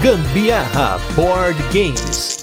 Gambiarra Board Games.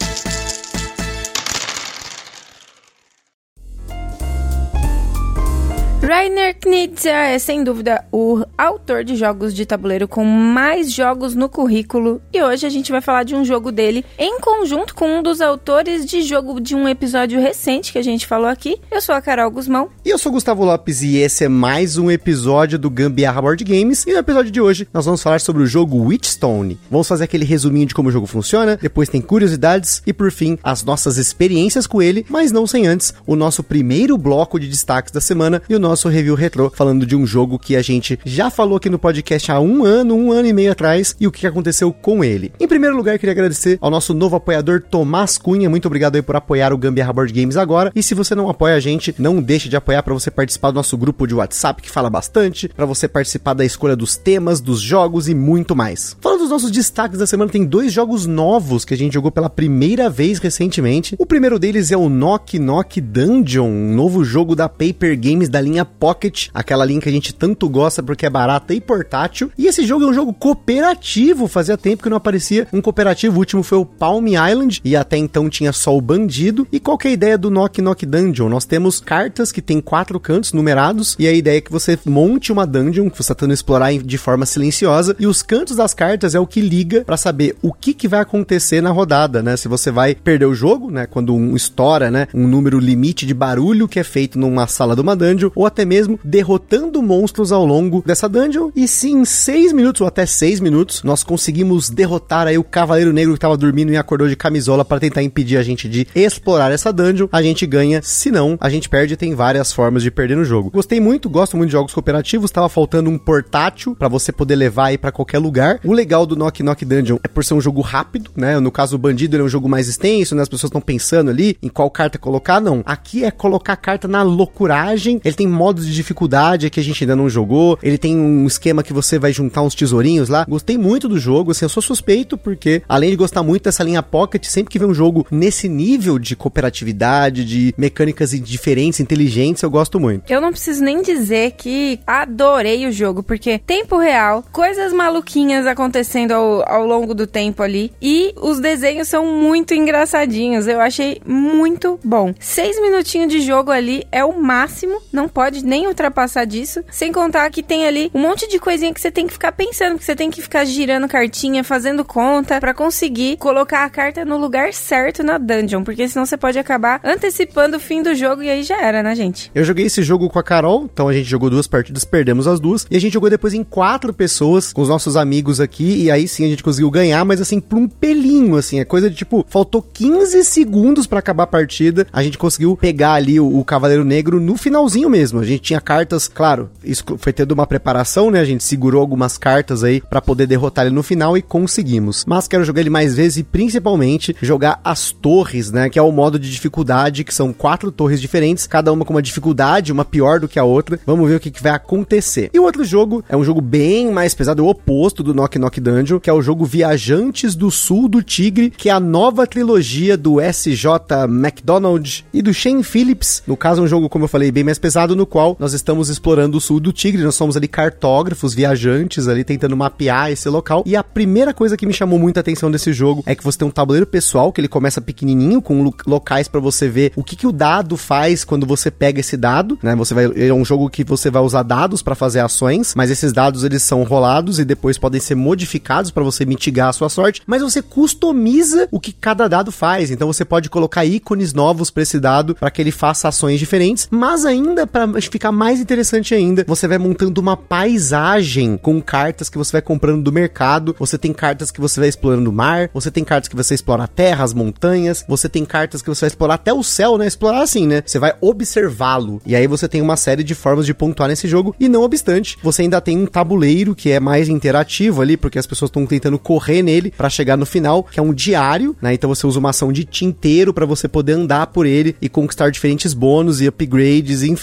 Reiner Knizia é, sem dúvida, o autor de jogos de tabuleiro com mais jogos no currículo. E hoje a gente vai falar de um jogo dele em conjunto com um dos autores de jogo de um episódio recente que a gente falou aqui. Eu sou a Carol Guzmão. E eu sou o Gustavo Lopes e esse é mais um episódio do Gambiarra Board Games. E no episódio de hoje nós vamos falar sobre o jogo Witchstone. Vamos fazer aquele resuminho de como o jogo funciona, depois tem curiosidades e por fim as nossas experiências com ele, mas não sem antes o nosso primeiro bloco de destaques da semana e o nosso review retrô, falando de um jogo que a gente já falou aqui no podcast há um ano e meio atrás, e o que aconteceu com ele. Em primeiro lugar, queria agradecer ao nosso novo apoiador, Tomás Cunha. Muito obrigado aí por apoiar o Gambiarra Board Games agora, e se você não apoia a gente, não deixe de apoiar para você participar do nosso grupo de WhatsApp, que fala bastante, para você participar da escolha dos temas, dos jogos e muito mais. Falando dos nossos destaques da semana, tem 2 jogos novos que a gente jogou pela primeira vez recentemente. O primeiro deles é o Knock Knock Dungeon, um novo jogo da Paper Games da linha Pocket, aquela linha que a gente tanto gosta porque é barata e portátil. E esse jogo é um jogo cooperativo, fazia tempo que não aparecia um cooperativo. O último foi o Palm Island e até então tinha só o Bandido. E qual que é a ideia do Knock Knock Dungeon? Nós temos cartas que tem 4 cantos numerados e a ideia é que você monte uma dungeon que você está tentando explorar de forma silenciosa, e os cantos das cartas é o que liga para saber o que vai acontecer na rodada, né? Se você vai perder o jogo, né? Quando estoura, né? Um número limite de barulho que é feito numa sala de uma dungeon, ou até mesmo derrotando monstros ao longo dessa dungeon. E se em 6 minutos ou até 6 minutos nós conseguimos derrotar aí o Cavaleiro Negro que estava dormindo e acordou de camisola para tentar impedir a gente de explorar essa dungeon, a gente ganha. Se não, a gente perde. Tem várias formas de perder no jogo. Gosto muito de jogos cooperativos. Tava faltando um portátil para você poder levar aí para qualquer lugar. O legal do Knock Knock Dungeon é por ser um jogo rápido, né? No caso, o Bandido ele é um jogo mais extenso, né? As pessoas estão pensando ali em qual carta colocar. Não, aqui é colocar a carta na loucuragem. Ele tem modos de dificuldade que a gente ainda não jogou. Ele tem um esquema que você vai juntar uns tesourinhos lá. Gostei muito do jogo, assim, eu sou suspeito porque, além de gostar muito dessa linha Pocket, sempre que vê um jogo nesse nível de cooperatividade, de mecânicas diferentes, inteligentes, eu gosto muito. Eu não preciso nem dizer que adorei o jogo, porque tempo real, coisas maluquinhas acontecendo ao longo do tempo ali, e os desenhos são muito engraçadinhos. Eu achei muito bom. 6 minutinhos de jogo ali é o máximo, não pode nem ultrapassar disso, sem contar que tem ali um monte de coisinha que você tem que ficar pensando, que você tem que ficar girando cartinha, fazendo conta, pra conseguir colocar a carta no lugar certo na dungeon, porque senão você pode acabar antecipando o fim do jogo e aí já era, né, gente? Eu joguei esse jogo com a Carol, então a gente jogou 2 partidas, perdemos as 2, e a gente jogou depois em 4 pessoas, com os nossos amigos aqui, e aí sim a gente conseguiu ganhar, mas assim, por um pelinho, assim, é coisa de tipo, faltou 15 segundos pra acabar a partida, a gente conseguiu pegar ali o Cavaleiro Negro no finalzinho mesmo. A gente tinha cartas, claro, isso foi tendo uma preparação, né? A gente segurou algumas cartas aí pra poder derrotar ele no final e conseguimos. Mas quero jogar ele mais vezes e principalmente jogar as torres, né? Que é o modo de dificuldade, que são 4 torres diferentes, cada uma com uma dificuldade, uma pior do que a outra. Vamos ver o que vai acontecer. E o outro jogo é um jogo bem mais pesado, o oposto do Knock Knock Dungeon, que é o jogo Viajantes do Sul do Tigre, que é a nova trilogia do S.J. McDonald e do Shane Phillips. No caso, é um jogo, como eu falei, bem mais pesado, no qual nós estamos explorando o sul do Tigre. Nós somos ali cartógrafos, viajantes ali, tentando mapear esse local. E a primeira coisa que me chamou muita atenção desse jogo é que você tem um tabuleiro pessoal, que ele começa pequenininho, com locais pra você ver o que o dado faz quando você pega esse dado, né? É um jogo que você vai usar dados pra fazer ações, mas esses dados, eles são rolados e depois podem ser modificados pra você mitigar a sua sorte, mas você customiza o que cada dado faz. Então você pode colocar ícones novos pra esse dado, pra que ele faça ações diferentes, mas ainda, pra ficar mais interessante ainda, você vai montando uma paisagem com cartas que você vai comprando do mercado. Você tem cartas que você vai explorando o mar, você tem cartas que você explora a terra, as montanhas, você tem cartas que você vai explorar até o céu, né? Explorar assim, né? Você vai observá-lo. E aí você tem uma série de formas de pontuar nesse jogo, e não obstante, você ainda tem um tabuleiro que é mais interativo ali, porque as pessoas estão tentando correr nele pra chegar no final, que é um diário, né? Então você usa uma ação de tinteiro pra você poder andar por ele e conquistar diferentes bônus e upgrades, enfim. Ele é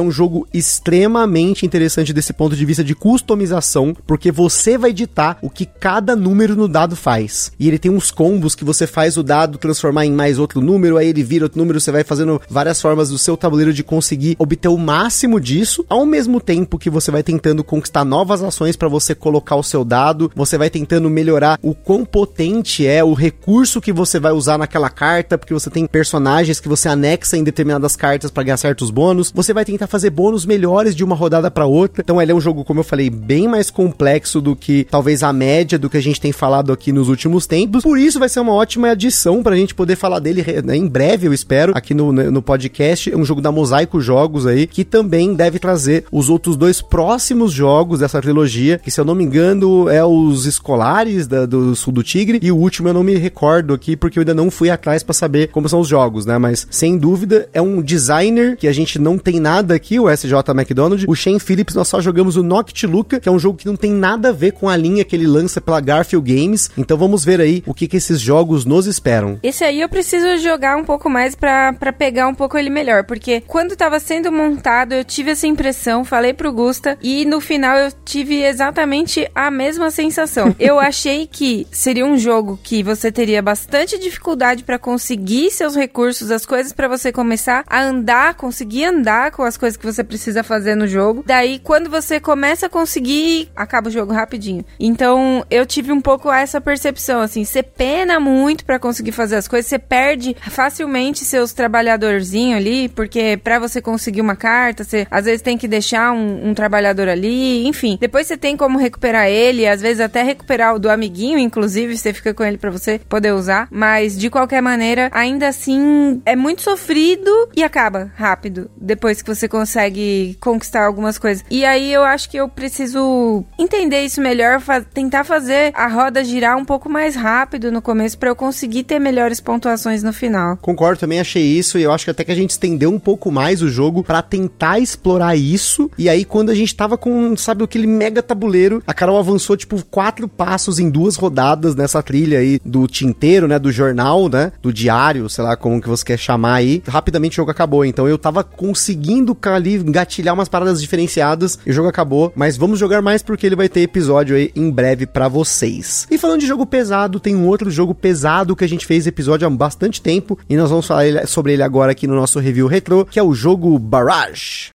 um jogo extremamente interessante desse ponto de vista de customização, porque você vai ditar o que cada número no dado faz. E ele tem uns combos que você faz o dado transformar em mais outro número, aí ele vira outro número, você vai fazendo várias formas do seu tabuleiro de conseguir obter o máximo disso, ao mesmo tempo que você vai tentando conquistar novas ações para você colocar o seu dado, você vai tentando melhorar o quão potente é o recurso que você vai usar naquela carta, porque você tem personagens que você anexa em determinadas cartas para ganhar certos bônus, você vai tentar fazer bônus melhores de uma rodada para outra. Então ele é um jogo, como eu falei, bem mais complexo do que talvez a média do que a gente tem falado aqui nos últimos tempos. Por isso vai ser uma ótima adição pra gente poder falar dele em breve, eu espero, aqui no podcast. É um jogo da Mosaico Jogos aí, que também deve trazer os outros 2 próximos jogos dessa trilogia, que se eu não me engano é os Escolares do Sul do Tigre, e o último eu não me recordo aqui, porque eu ainda não fui atrás pra saber como são os jogos, né? Mas sem dúvida é um designer que a gente não tem nada aqui, o SJ McDonald. O Shane Phillips, nós só jogamos o Noctiluca, que é um jogo que não tem nada a ver com a linha que ele lança pela Garfield Games. Então vamos ver aí o que esses jogos nos esperam. Esse aí eu preciso jogar um pouco mais pra pegar um pouco ele melhor, porque quando tava sendo montado eu tive essa impressão, falei pro Gusta, e no final eu tive exatamente a mesma sensação. Eu achei que seria um jogo que você teria bastante dificuldade pra conseguir seus recursos, as coisas pra você começar a andar, conseguir andar com as coisas que você precisa fazer no jogo. Daí quando você começa a conseguir, acaba o jogo rapidinho. Então eu tive um pouco essa percepção, assim, você pena muito pra conseguir fazer as coisas, você perde facilmente seus trabalhadorzinhos ali, porque pra você conseguir uma carta, você às vezes tem que deixar um trabalhador ali, enfim. Depois você tem como recuperar ele, às vezes até recuperar o do amiguinho, inclusive, você fica com ele pra você poder usar, mas de qualquer maneira, ainda assim, é muito sofrido e acaba rápido, depois que você consegue conquistar algumas coisas. E aí eu acho que eu preciso entender isso melhor, tentar fazer a roda girar um pouco mais rápido no começo pra eu conseguir ter melhores pontuações no final. Concordo, também achei isso, e eu acho que até que a gente estendeu um pouco mais o jogo pra tentar explorar isso, e aí quando a gente tava com, sabe, aquele mega tabuleiro, a Carol avançou, tipo, 4 passos em 2 rodadas nessa trilha aí do tinteiro, né, do jornal, né, do diário, sei lá como que você quer chamar aí, rapidamente o jogo acabou, então eu tava conseguindo ali engatilhar umas paradas diferenciadas, e o jogo acabou, mas vamos jogar mais porque ele vai ter episódio aí em breve pra vocês. E falando de jogo pesado, tem um outro jogo pesado que a gente fez episódio há bastante tempo, e nós vamos falar sobre ele agora aqui no nosso review retrô, que é o jogo Barrage.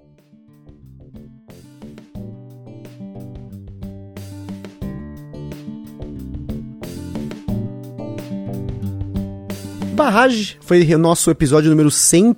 Barrage foi o nosso episódio número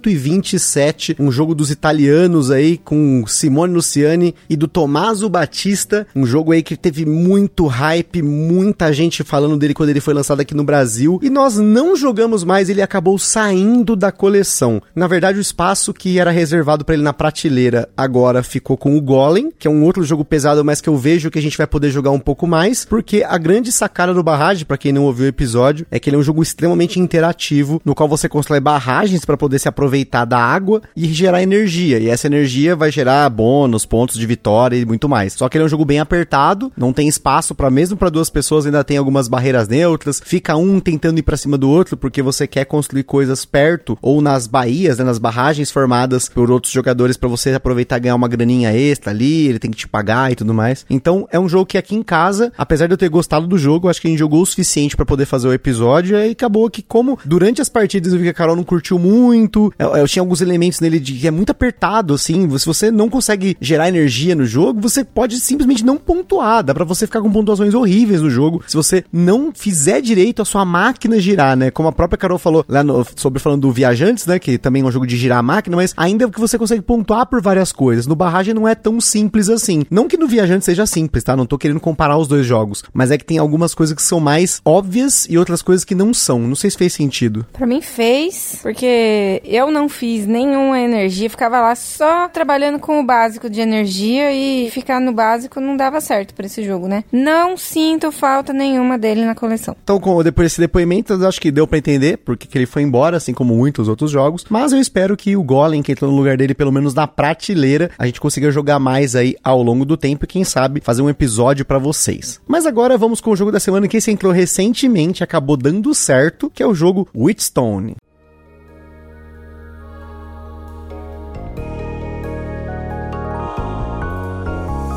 127, um jogo dos italianos aí, com Simone Luciani e do Tommaso Battista, um jogo aí que teve muito hype, muita gente falando dele quando ele foi lançado aqui no Brasil, e nós não jogamos mais, ele acabou saindo da coleção. Na verdade, o espaço que era reservado pra ele na prateleira agora ficou com o Golem, que é um outro jogo pesado, mas que eu vejo que a gente vai poder jogar um pouco mais, porque a grande sacada do Barrage, pra quem não ouviu o episódio, é que ele é um jogo extremamente interativo, no qual você constrói barragens para poder se aproveitar da água e gerar energia, e essa energia vai gerar bônus, pontos de vitória e muito mais. Só que ele é um jogo bem apertado, não tem espaço para mesmo para 2 pessoas, ainda tem algumas barreiras neutras, fica um tentando ir para cima do outro porque você quer construir coisas perto ou nas baías, né, nas barragens formadas por outros jogadores para você aproveitar e ganhar uma graninha extra ali, ele tem que te pagar e tudo mais. Então é um jogo que aqui em casa, apesar de eu ter gostado do jogo, acho que a gente jogou o suficiente para poder fazer o episódio, e acabou que como durante as partidas eu vi que a Carol não curtiu muito, eu tinha alguns elementos nele de que é muito apertado, assim, se você não consegue gerar energia no jogo, você pode simplesmente não pontuar, dá pra você ficar com pontuações horríveis no jogo, se você não fizer direito a sua máquina girar, né, como a própria Carol falou lá falando do Viajantes, né, que também é um jogo de girar a máquina, mas ainda que você consegue pontuar por várias coisas, no Barragem não é tão simples assim, não que no Viajantes seja simples, tá, não tô querendo comparar os 2 jogos, mas é que tem algumas coisas que são mais óbvias e outras coisas que não são, não sei se fez sentido. Pra mim fez, porque eu não fiz nenhuma energia, ficava lá só trabalhando com o básico de energia, e ficar no básico não dava certo pra esse jogo, né? Não sinto falta nenhuma dele na coleção. Então, depois desse depoimento, eu acho que deu pra entender porque que ele foi embora, assim como muitos outros jogos, mas eu espero que o Golem, que entrou no lugar dele, pelo menos na prateleira, a gente consiga jogar mais aí ao longo do tempo e quem sabe fazer um episódio pra vocês. Mas agora vamos com o jogo da semana que esse entrou recentemente, acabou dando certo, que é o jogo Wheatstone.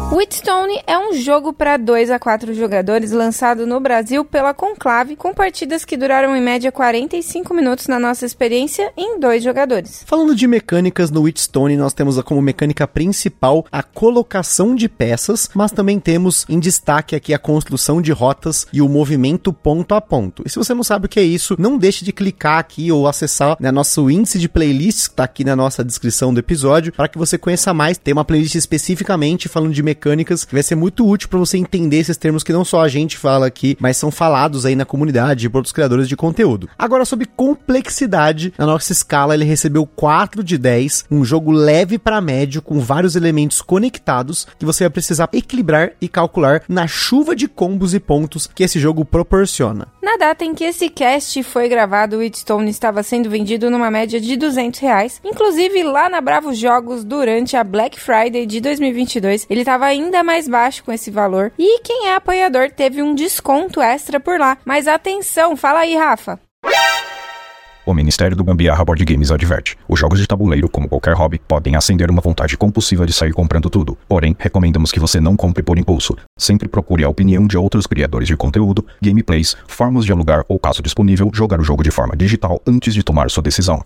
Wheatstone é um jogo para 2 a 4 jogadores lançado no Brasil pela Conclave, com partidas que duraram em média 45 minutos na nossa experiência em 2 jogadores. Falando de mecânicas, no Wheatstone nós temos como mecânica principal a colocação de peças, mas também temos em destaque aqui a construção de rotas e o movimento ponto a ponto. E se você não sabe o que é isso, não deixe de clicar aqui ou acessar nosso índice de playlists que está aqui na nossa descrição do episódio, para que você conheça mais. Tem uma playlist especificamente falando de mecânicas, que vai ser muito útil para você entender esses termos que não só a gente fala aqui, mas são falados aí na comunidade e por outros criadores de conteúdo. Agora, sobre complexidade, na nossa escala ele recebeu 4 de 10, um jogo leve para médio, com vários elementos conectados, que você vai precisar equilibrar e calcular na chuva de combos e pontos que esse jogo proporciona. Na data em que esse cast foi gravado, o Wheatstone estava sendo vendido numa média de R$200, inclusive lá na Bravo Jogos, durante a Black Friday de 2022, ele estava ainda mais baixo com esse valor, e quem é apoiador teve um desconto extra por lá. Mas atenção, fala aí, Rafa. O Ministério do Gambiarra Board Games adverte: os jogos de tabuleiro, como qualquer hobby, podem acender uma vontade compulsiva de sair comprando tudo. Porém, recomendamos que você não compre por impulso. Sempre procure a opinião de outros criadores de conteúdo, gameplays, formas de alugar ou, caso disponível, jogar o jogo de forma digital antes de tomar sua decisão.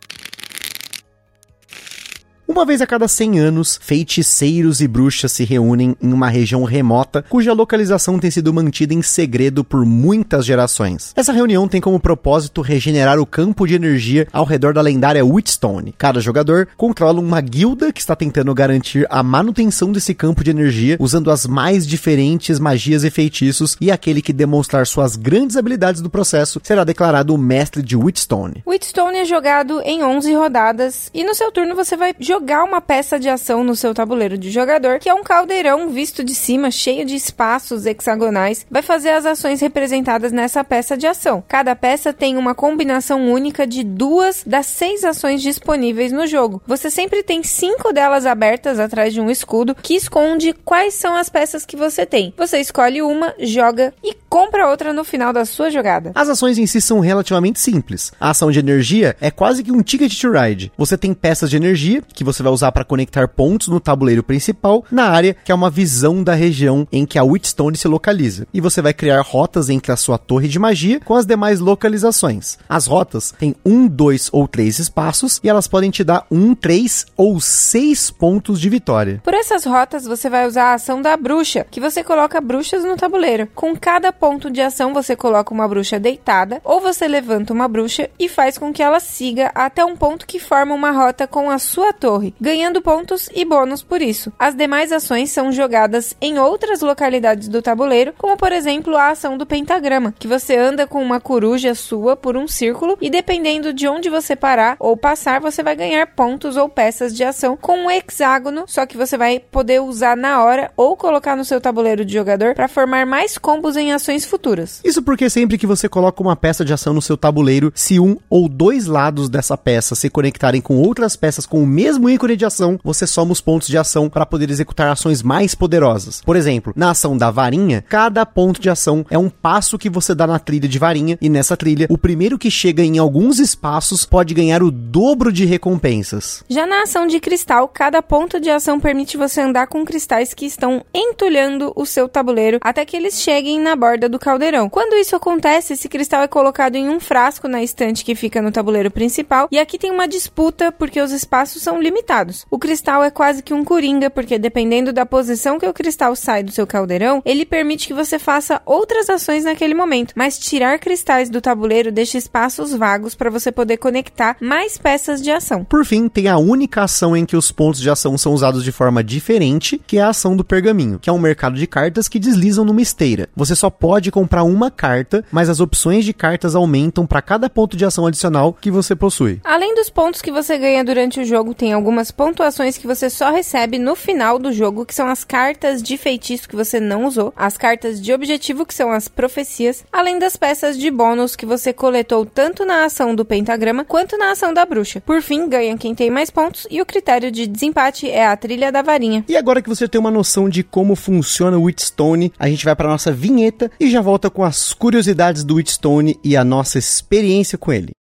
Uma vez a cada 100 anos, feiticeiros e bruxas se reúnem em uma região remota, cuja localização tem sido mantida em segredo por muitas gerações. Essa reunião tem como propósito regenerar o campo de energia ao redor da lendária Wheatstone. Cada jogador controla uma guilda que está tentando garantir a manutenção desse campo de energia, usando as mais diferentes magias e feitiços, e aquele que demonstrar suas grandes habilidades do processo será declarado o mestre de Wheatstone. Wheatstone é jogado em 11 rodadas, e no seu turno você vai jogar uma peça de ação no seu tabuleiro de jogador, que é um caldeirão visto de cima, cheio de espaços hexagonais. Vai fazer as ações representadas nessa peça de ação. Cada peça tem uma combinação única de 2 das 6 ações disponíveis no jogo. Você sempre tem 5 delas abertas atrás de um escudo que esconde quais são as peças que você tem. Você escolhe uma, joga e compra outra no final da sua jogada. As ações em si são relativamente simples. A ação de energia é quase que um ticket to ride. Você tem peças de energia que você vai usar para conectar pontos no tabuleiro principal, na área que é uma visão da região em que a Wheatstone se localiza. E você vai criar rotas entre a sua torre de magia com as demais localizações. As rotas têm 1, 2 ou 3 espaços e elas podem te dar 1, 3 ou 6 pontos de vitória. Por essas rotas você vai usar a ação da bruxa, que você coloca bruxas no tabuleiro. Com cada ponto de ação você coloca uma bruxa deitada, ou você levanta uma bruxa e faz com que ela siga até um ponto que forma uma rota com a sua torre, ganhando pontos e bônus por isso. As demais ações são jogadas em outras localidades do tabuleiro, como por exemplo a ação do pentagrama, que você anda com uma coruja sua por um círculo e dependendo de onde você parar ou passar, você vai ganhar pontos ou peças de ação com um hexágono, só que você vai poder usar na hora ou colocar no seu tabuleiro de jogador para formar mais combos em ações futuras. Isso porque sempre que você coloca uma peça de ação no seu tabuleiro, se um ou 2 lados dessa peça se conectarem com outras peças com o mesmo ícone de ação, você soma os pontos de ação para poder executar ações mais poderosas. Por exemplo, na ação da varinha, cada ponto de ação é um passo que você dá na trilha de varinha, e nessa trilha, o primeiro que chega em alguns espaços pode ganhar o dobro de recompensas. Já na ação de cristal, cada ponto de ação permite você andar com cristais que estão entulhando o seu tabuleiro até que eles cheguem na borda do caldeirão. Quando isso acontece, esse cristal é colocado em um frasco na estante que fica no tabuleiro principal, e aqui tem uma disputa porque os espaços são limitados. O cristal é quase que um coringa, porque dependendo da posição que o cristal sai do seu caldeirão, ele permite que você faça outras ações naquele momento, mas tirar cristais do tabuleiro deixa espaços vagos para você poder conectar mais peças de ação. Por fim, tem a única ação em que os pontos de ação são usados de forma diferente, que é a ação do pergaminho, que é um mercado de cartas que deslizam numa esteira. Você só pode comprar uma carta, mas as opções de cartas aumentam para cada ponto de ação adicional que você possui. Além dos pontos que você ganha durante o jogo, tem algumas pontuações que você só recebe no final do jogo, que são as cartas de feitiço que você não usou, as cartas de objetivo, que são as profecias, além das peças de bônus que você coletou tanto na ação do pentagrama quanto na ação da bruxa. Por fim, ganha quem tem mais pontos, e o critério de desempate é a trilha da varinha. E agora que você tem uma noção de como funciona o Wheatstone, a gente vai para nossa vinheta e já volta com as curiosidades do Wheatstone e a nossa experiência com ele.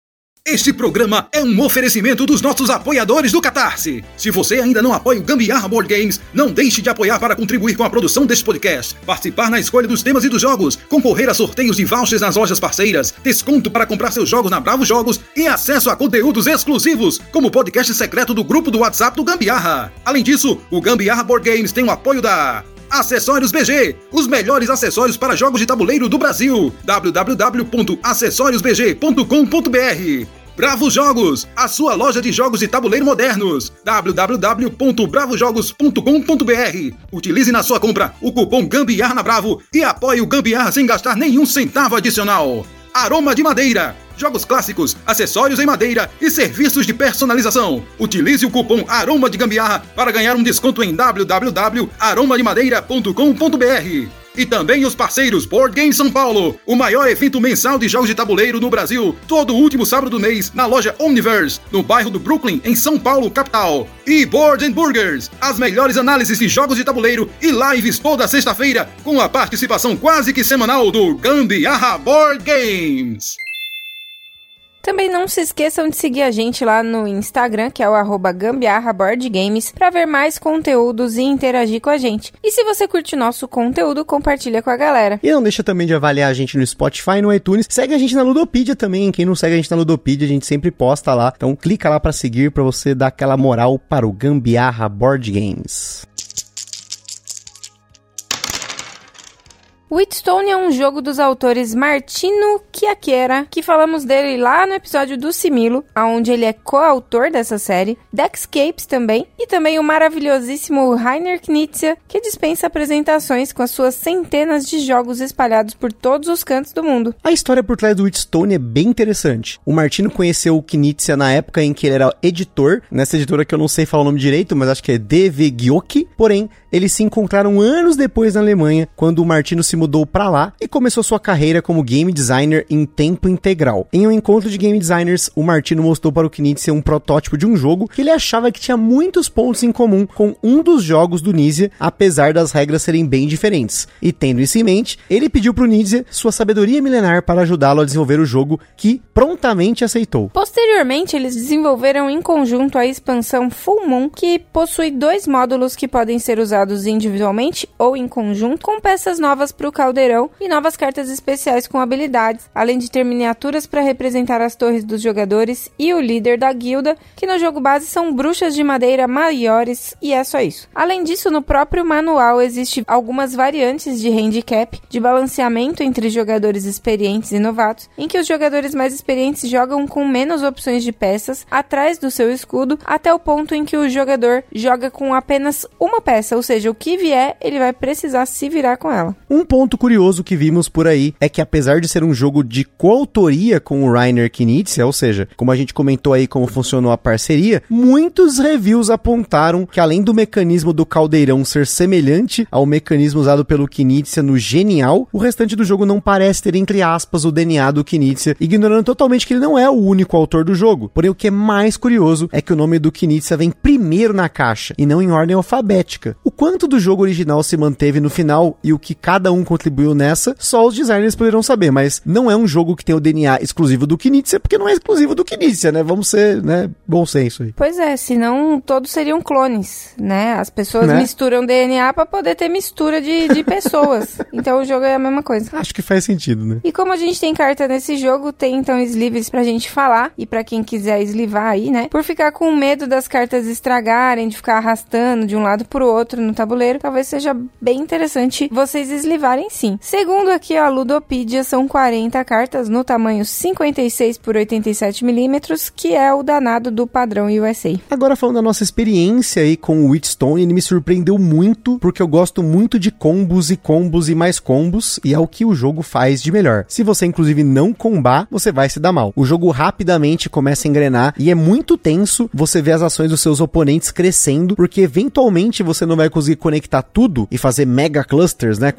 Este programa é um oferecimento dos nossos apoiadores do Catarse. Se você ainda não apoia o Gambiarra Board Games, não deixe de apoiar para contribuir com a produção deste podcast, participar na escolha dos temas e dos jogos, concorrer a sorteios de vouchers nas lojas parceiras, desconto para comprar seus jogos na Bravo Jogos e acesso a conteúdos exclusivos, como o podcast secreto do grupo do WhatsApp do Gambiarra. Além disso, o Gambiarra Board Games tem o apoio da Acessórios BG, os melhores acessórios para jogos de tabuleiro do Brasil. www.acessoriosbg.com.br. Bravo Jogos, a sua loja de jogos de tabuleiro modernos. www.bravojogos.com.br. Utilize na sua compra o cupom Gambiarra na Bravo e apoie o Gambiarra sem gastar nenhum centavo adicional. Aroma de Madeira, jogos clássicos, acessórios em madeira e serviços de personalização. Utilize o cupom Aroma de Gambiarra para ganhar um desconto em www.aromademadeira.com.br. E também os parceiros Board Game São Paulo, o maior evento mensal de jogos de tabuleiro no Brasil, todo último sábado do mês, na loja Omniverse, no bairro do Brooklyn, em São Paulo, capital. E Board & Burgers, as melhores análises de jogos de tabuleiro e lives toda sexta-feira, com a participação quase que semanal do Gambiarra Board Games. Também não se esqueçam de seguir a gente lá no Instagram, que é o @gambiarraboardgames, para ver mais conteúdos e interagir com a gente. E se você curte nosso conteúdo, compartilha com a galera. E não deixa também de avaliar a gente no Spotify, no iTunes. Segue a gente na Ludopedia também. Quem não segue a gente na Ludopedia, a gente sempre posta lá. Então clica lá para seguir, para você dar aquela moral para o Gambiarra Board Games. Wheatstone é um jogo dos autores Martino Chiacchiera, que falamos dele lá no episódio do Similo, onde ele é coautor dessa série, Deckscapes também, e também o maravilhosíssimo Rainer Knizia, que dispensa apresentações com as suas centenas de jogos espalhados por todos os cantos do mundo. A história por trás do Wheatstone é bem interessante. O Martino conheceu o Knizia na época em que ele era editor, nessa editora que eu não sei falar o nome direito, mas acho que é DV Giochi, porém, eles se encontraram anos depois na Alemanha, quando o Martino se mudou pra lá e começou sua carreira como game designer em tempo integral. Em um encontro de game designers, o Martino mostrou para o Knizia um protótipo de um jogo que ele achava que tinha muitos pontos em comum com um dos jogos do Knizia, apesar das regras serem bem diferentes. E tendo isso em mente, ele pediu pro Knizia sua sabedoria milenar para ajudá-lo a desenvolver o jogo, que prontamente aceitou. Posteriormente, eles desenvolveram em conjunto a expansão Full Moon, que possui 2 módulos que podem ser usados individualmente ou em conjunto, com peças novas para o caldeirão e novas cartas especiais com habilidades, além de ter miniaturas para representar as torres dos jogadores e o líder da guilda, que no jogo base são bruxas de madeira maiores, e é só isso. Além disso, no próprio manual existe algumas variantes de handicap, de balanceamento entre jogadores experientes e novatos, em que os jogadores mais experientes jogam com menos opções de peças atrás do seu escudo, até o ponto em que o jogador joga com apenas uma peça, ou seja, o que vier, ele vai precisar se virar com ela. Um ponto curioso que vimos por aí é que, apesar de ser um jogo de coautoria com o Rainer Knizia, ou seja, como a gente comentou aí como funcionou a parceria, muitos reviews apontaram que, além do mecanismo do caldeirão ser semelhante ao mecanismo usado pelo Knizia no Genial, o restante do jogo não parece ter, entre aspas, o DNA do Knizia, ignorando totalmente que ele não é o único autor do jogo. Porém, o que é mais curioso é que o nome do Knizia vem primeiro na caixa, e não em ordem alfabética. O quanto do jogo original se manteve no final e o que cada um contribuiu nessa, só os designers poderão saber, mas não é um jogo que tem o DNA exclusivo do Knizia, porque não é exclusivo do Knizia, né? Vamos ser, né, bom senso aí. Pois é, senão todos seriam clones, né? As pessoas misturam DNA pra poder ter mistura de pessoas. Então o jogo é a mesma coisa. Acho que faz sentido, né? E como a gente tem carta nesse jogo, tem então sleeves pra gente falar, e pra quem quiser eslivar aí, né? Por ficar com medo das cartas estragarem, de ficar arrastando de um lado pro outro no tabuleiro, talvez seja bem interessante vocês eslivarem sim. Segundo aqui a Ludopedia, são 40 cartas no tamanho 56 por 87 milímetros, que é o danado do padrão USA. Agora, falando da nossa experiência aí com o Wheatstone, ele me surpreendeu muito, porque eu gosto muito de combos e mais combos, e é o que o jogo faz de melhor. Se você inclusive não combar, você vai se dar mal. O jogo rapidamente começa a engrenar e é muito tenso você ver as ações dos seus oponentes crescendo, porque eventualmente você não vai conseguir conectar tudo e fazer mega clusters, né, com ações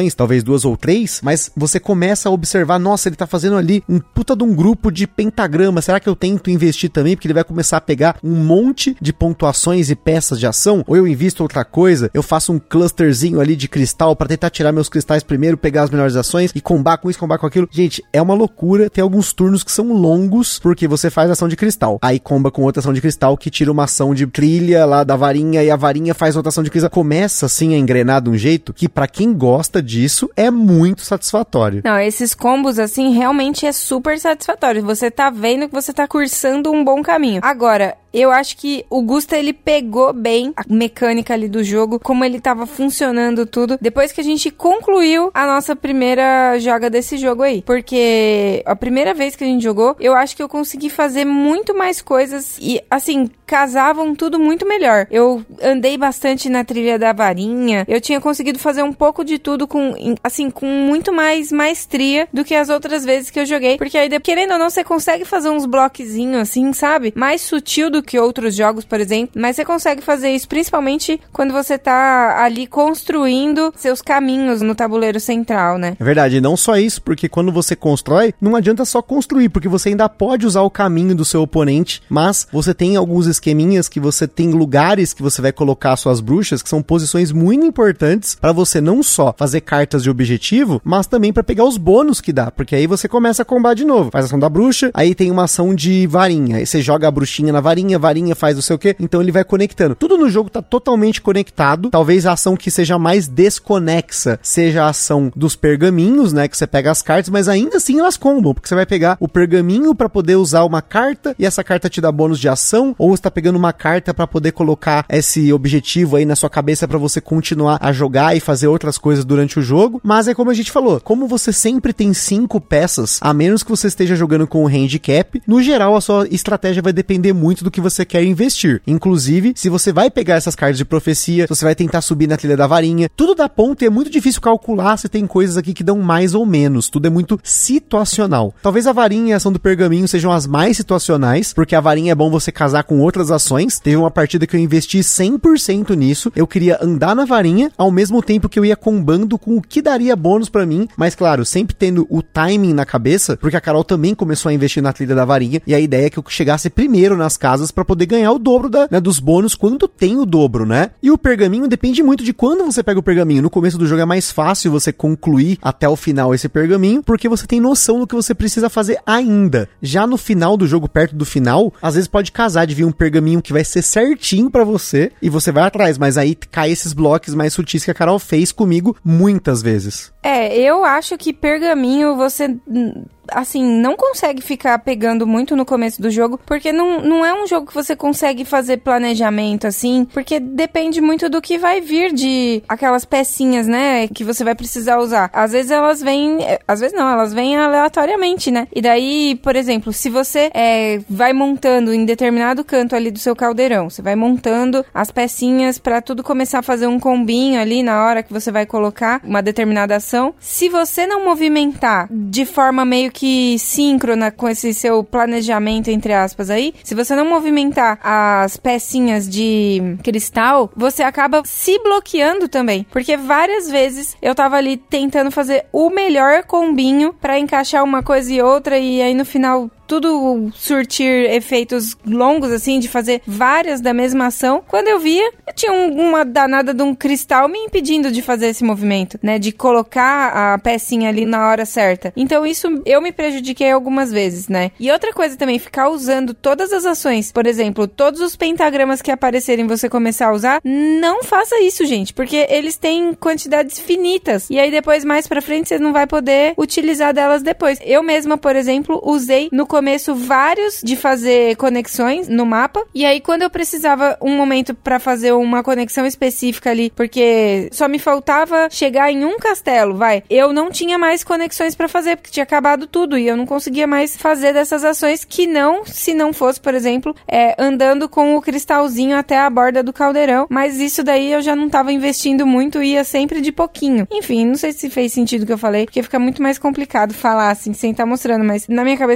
ações, talvez 2 ou 3, mas você começa a observar, nossa, ele tá fazendo ali um puta de um grupo de pentagrama, será que eu tento investir também? Porque ele vai começar a pegar um monte de pontuações e peças de ação, ou eu invisto outra coisa, eu faço um clusterzinho ali de cristal pra tentar tirar meus cristais primeiro, pegar as melhores ações e combar com isso, combar com aquilo. Gente, é uma loucura, tem alguns turnos que são longos, porque você faz ação de cristal, aí comba com outra ação de cristal que tira uma ação de trilha lá da varinha e a varinha faz outra ação de cristal. Começa assim a engrenar de um jeito que pra quem gosta disso é muito satisfatório. Não, esses combos assim realmente é super satisfatório. Você tá vendo que você tá cursando um bom caminho. Agora, eu acho que o Gusta, ele pegou bem a mecânica ali do jogo, como ele tava funcionando tudo, depois que a gente concluiu a nossa primeira joga desse jogo aí. Porque a primeira vez que a gente jogou, eu acho que eu consegui fazer muito mais coisas e, assim, casavam tudo muito melhor. Eu andei bastante na trilha da varinha, eu tinha conseguido fazer um pouco de tudo com, assim, com muito mais maestria do que as outras vezes que eu joguei, porque aí, querendo ou não, você consegue fazer uns bloquezinhos, assim, sabe? Mais sutil do que outros jogos, por exemplo, mas você consegue fazer isso principalmente quando você tá ali construindo seus caminhos no tabuleiro central, né? É verdade, e não só isso, porque quando você constrói, não adianta só construir, porque você ainda pode usar o caminho do seu oponente, mas você tem alguns esqueminhas que você tem lugares que você vai colocar suas bruxas, que são posições muito importantes para você não só fazer cartas de objetivo, mas também para pegar os bônus que dá, porque aí você começa a combar de novo, faz a ação da bruxa, aí tem uma ação de varinha, aí você joga a bruxinha na varinha faz não sei o que, então ele vai conectando. Tudo no jogo tá totalmente conectado, talvez a ação que seja mais desconexa seja a ação dos pergaminhos, né, que você pega as cartas, mas ainda assim elas combam, porque você vai pegar o pergaminho para poder usar uma carta, e essa carta te dá bônus de ação, ou você tá pegando uma carta para poder colocar esse objetivo aí na sua cabeça para você continuar a jogar e fazer outras coisas durante o jogo, mas é como a gente falou, como você sempre tem 5 peças, a menos que você esteja jogando com o handicap, no geral a sua estratégia vai depender muito do que você quer investir. Inclusive, se você vai pegar essas cartas de profecia, se você vai tentar subir na trilha da varinha, tudo dá ponto e é muito difícil calcular se tem coisas aqui que dão mais ou menos. Tudo é muito situacional. Talvez a varinha e a ação do pergaminho sejam as mais situacionais, porque a varinha é bom você casar com outras ações. Teve uma partida que eu investi 100% nisso. Eu queria andar na varinha, ao mesmo tempo que eu ia combando com o que daria bônus pra mim, mas claro, sempre tendo o timing na cabeça, porque a Carol também começou a investir na trilha da varinha, e a ideia é que eu chegasse primeiro nas casas pra poder ganhar o dobro dos bônus quando tem o dobro, né? E o pergaminho depende muito de quando você pega o pergaminho. No começo do jogo é mais fácil você concluir até o final esse pergaminho, porque você tem noção do que você precisa fazer ainda. Já no final do jogo, perto do final, às vezes pode casar de vir um pergaminho que vai ser certinho pra você, e você vai atrás, mas aí cai esses blocos mais sutis que a Carol fez comigo muitas vezes. Eu acho que pergaminho você, assim, não consegue ficar pegando muito no começo do jogo, porque não é um jogo que você consegue fazer planejamento, assim, porque depende muito do que vai vir de aquelas pecinhas, né, que você vai precisar usar. Às vezes elas vêm, às vezes não, elas vêm aleatoriamente, né, e daí, por exemplo, se você vai montando em determinado canto ali do seu caldeirão, você vai montando as pecinhas pra tudo começar a fazer um combinho ali na hora que você vai colocar uma determinada ação. Se você não movimentar de forma meio que síncrona com esse seu planejamento, entre aspas aí, se você não movimentar as pecinhas de cristal, você acaba se bloqueando também, porque várias vezes eu tava ali tentando fazer o melhor combinho pra encaixar uma coisa e outra, e aí no final tudo surtir efeitos longos, assim, de fazer várias da mesma ação. Quando eu via, eu tinha uma danada de um cristal me impedindo de fazer esse movimento, né? De colocar a pecinha ali na hora certa. Então isso eu me prejudiquei algumas vezes, né? E outra coisa também, ficar usando todas as ações. Por exemplo, todos os pentagramas que aparecerem você começar a usar, não faça isso, gente, porque eles têm quantidades finitas. E aí depois, mais pra frente, você não vai poder utilizar delas depois. Eu mesma, por exemplo, usei no começo vários de fazer conexões no mapa, e aí quando eu precisava um momento pra fazer uma conexão específica ali, porque só me faltava chegar em um castelo, eu não tinha mais conexões pra fazer, porque tinha acabado tudo, e eu não conseguia mais fazer dessas ações que não, se não fosse, por exemplo, andando com o cristalzinho até a borda do caldeirão, mas isso daí eu já não tava investindo muito, ia sempre de pouquinho. Enfim, não sei se fez sentido o que eu falei, porque fica muito mais complicado falar assim, sem estar mostrando, mas na minha cabeça aqui tá fazendo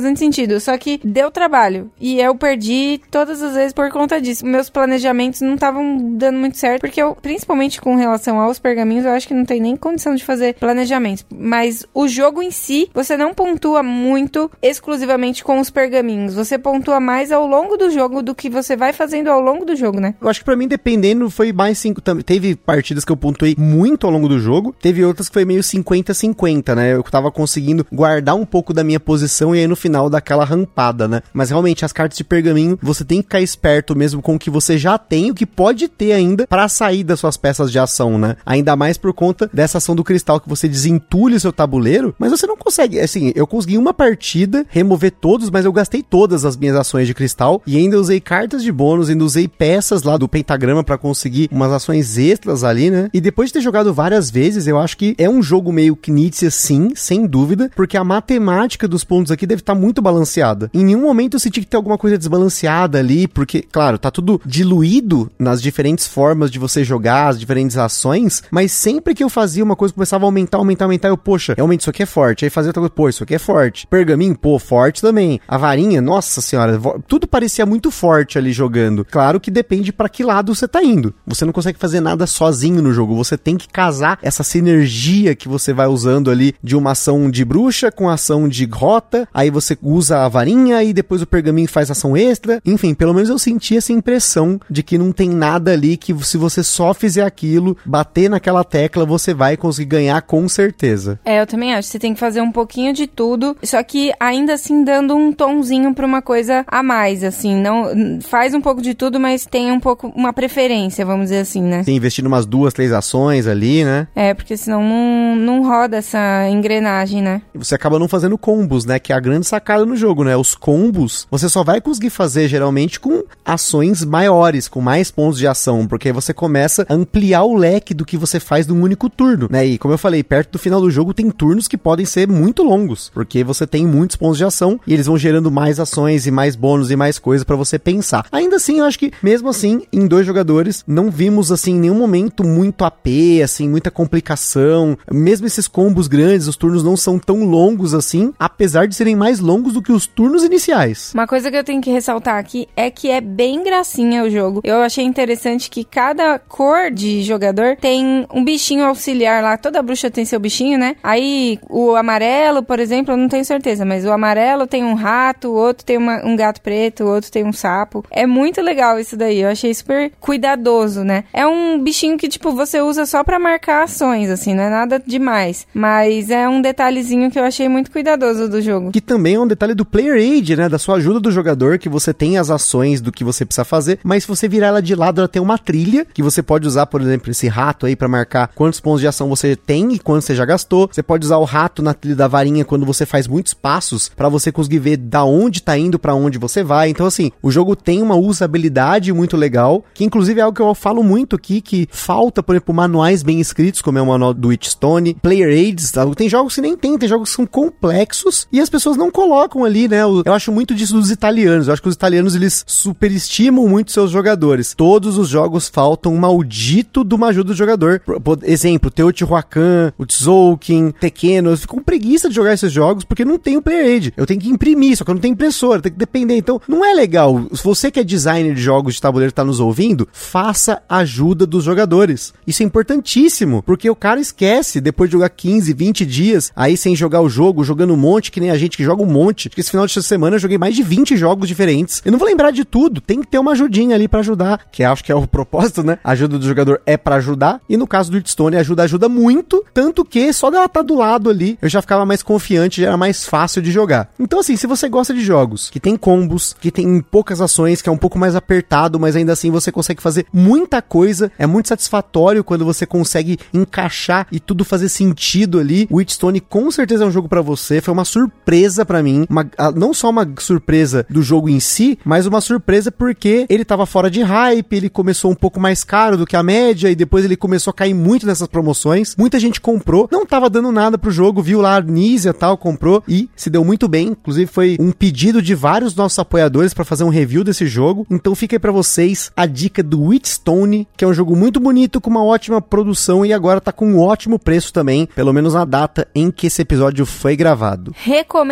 fazendo sentido. Só que deu trabalho. E eu perdi todas as vezes por conta disso. Meus planejamentos não estavam dando muito certo, porque eu, principalmente com relação aos pergaminhos, eu acho que não tem nem condição de fazer planejamentos. Mas o jogo em si, você não pontua muito exclusivamente com os pergaminhos. Você pontua mais ao longo do jogo do que você vai fazendo ao longo do jogo, né? Eu acho que pra mim, dependendo, foi mais 5. Teve partidas que eu pontuei muito ao longo do jogo, teve outras que foi meio 50-50, né? Eu tava conseguindo guardar um pouco da minha posição e aí no final dar aquela rampada, né? Mas realmente, as cartas de pergaminho, você tem que ficar esperto mesmo com o que você já tem, o que pode ter ainda pra sair das suas peças de ação, né? Ainda mais por conta dessa ação do cristal, que você desentulha o seu tabuleiro, mas você não consegue, assim, eu consegui uma partida, remover todos, mas eu gastei todas as minhas ações de cristal e ainda usei cartas de bônus, ainda usei peças lá do pentagrama pra conseguir umas ações extras ali, né? E depois de ter jogado várias vezes, eu acho que é um jogo meio Knizia, sim, sem dúvida, porque a matemática dos pontos aqui deve estar muito balanceada. Em nenhum momento eu senti que tem alguma coisa desbalanceada ali, porque, claro, tá tudo diluído nas diferentes formas de você jogar, as diferentes ações, mas sempre que eu fazia uma coisa, começava a aumentar, eu, poxa, realmente isso aqui é forte. Aí fazia outra coisa, pô, isso aqui é forte. Pergaminho, pô, forte também. A varinha, nossa senhora, tudo parecia muito forte ali jogando. Claro que depende pra que lado você tá indo. Você não consegue fazer nada sozinho no jogo, você tem que casar essa sinergia que você vai usando ali de uma ação de bruxa com ação de rota, aí você usa a varinha e depois o pergaminho faz ação extra. Enfim, pelo menos eu senti essa impressão de que não tem nada ali que se você só fizer aquilo, bater naquela tecla, você vai conseguir ganhar com certeza. É, eu também acho. Você tem que fazer um pouquinho de tudo, só que ainda assim dando um tonzinho pra uma coisa a mais, assim. Não faz um pouco de tudo, mas tem um pouco uma preferência, vamos dizer assim, né? Tem investindo umas 2, 3 ações ali, né? É, porque senão não roda essa engrenagem, né? E você acaba não fazendo combos, né? Que é a grande sacada no jogo, né? Os combos, você só vai conseguir fazer geralmente com ações maiores, com mais pontos de ação, porque aí você começa a ampliar o leque do que você faz num único turno, né? E como eu falei, perto do final do jogo tem turnos que podem ser muito longos, porque você tem muitos pontos de ação e eles vão gerando mais ações e mais bônus e mais coisas pra você pensar. Ainda assim, eu acho que mesmo assim, em 2 jogadores, não vimos assim em nenhum momento muito AP, assim, muita complicação. Mesmo esses combos grandes, os turnos não são tão longos assim, apesar de serem mais longos do que os turnos iniciais. Uma coisa que eu tenho que ressaltar aqui é que é bem gracinha o jogo. Eu achei interessante que cada cor de jogador tem um bichinho auxiliar lá. Toda bruxa tem seu bichinho, né? Aí o amarelo, por exemplo, eu não tenho certeza, mas o amarelo tem um rato, o outro tem um gato preto, o outro tem um sapo. É muito legal isso daí. Eu achei super cuidadoso, né? É um bichinho que, tipo, você usa só pra marcar ações, assim, não é nada demais. Mas é um detalhezinho que eu achei muito cuidadoso do jogo. Que também é um detalhe do Player Aid, né? Da sua ajuda do jogador, que você tem as ações do que você precisa fazer, mas se você virar ela de lado, ela tem uma trilha, que você pode usar, por exemplo, esse rato aí pra marcar quantos pontos de ação você tem e quantos você já gastou. Você pode usar o rato na trilha da varinha quando você faz muitos passos, pra você conseguir ver da onde tá indo pra onde você vai. Então, assim, o jogo tem uma usabilidade muito legal, que inclusive é algo que eu falo muito aqui, que falta, por exemplo, manuais bem escritos, como é o manual do Witchstone, Player Aids, tá? Tem jogos que nem tem jogos que são complexos e as pessoas não colocam ali, né? Eu acho muito disso dos italianos. Eu acho que os italianos, eles superestimam muito seus jogadores. Todos os jogos faltam um maldito de uma ajuda do jogador. Por exemplo, Teotihuacan, o Tzolk'in, Tekkeno. Eu fico com preguiça de jogar esses jogos porque não tem o Player Aid. Eu tenho que imprimir, só que eu não tenho impressora, tem que depender. Então, não é legal. Se você que é designer de jogos de tabuleiro tá nos ouvindo, faça ajuda dos jogadores. Isso é importantíssimo, porque o cara esquece, depois de jogar 15, 20 dias, aí sem jogar o jogo, jogando um monte, que nem a gente que joga um monte. Porque esse final de semana eu joguei mais de 20 jogos diferentes. Eu não vou lembrar de tudo, tem que ter uma ajudinha ali pra ajudar, que acho que é o propósito, né? A ajuda do jogador é pra ajudar, e no caso do Witchstone, ajuda muito, tanto que só dela tá do lado ali, eu já ficava mais confiante, já era mais fácil de jogar. Então assim, se você gosta de jogos que tem combos, que tem poucas ações, que é um pouco mais apertado, mas ainda assim você consegue fazer muita coisa, é muito satisfatório quando você consegue encaixar e tudo fazer sentido ali, o Witchstone com certeza é um jogo pra você, foi uma surpresa pra mim, não só uma surpresa do jogo em si, mas uma surpresa porque ele tava fora de hype, ele começou um pouco mais caro do que a média, e depois ele começou a cair muito nessas promoções, muita gente comprou, não tava dando nada pro jogo, viu lá a Knizia e tal, comprou, e se deu muito bem, inclusive foi um pedido de vários nossos apoiadores pra fazer um review desse jogo, então fica aí pra vocês a dica do Witchstone, que é um jogo muito bonito, com uma ótima produção, e agora tá com um ótimo preço também, pelo menos na data em que esse episódio foi gravado. Recomendadíssimo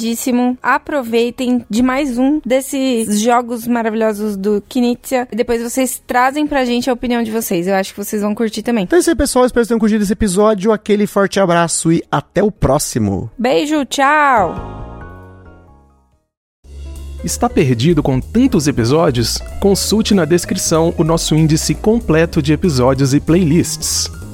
recomendadíssimo. Aproveitem de mais um desses jogos maravilhosos do Knizia. E depois vocês trazem pra gente a opinião de vocês. Eu acho que vocês vão curtir também. Então é isso aí, pessoal. Espero que tenham curtido esse episódio. Aquele forte abraço e até o próximo. Beijo, tchau! Está perdido com tantos episódios? Consulte na descrição o nosso índice completo de episódios e playlists.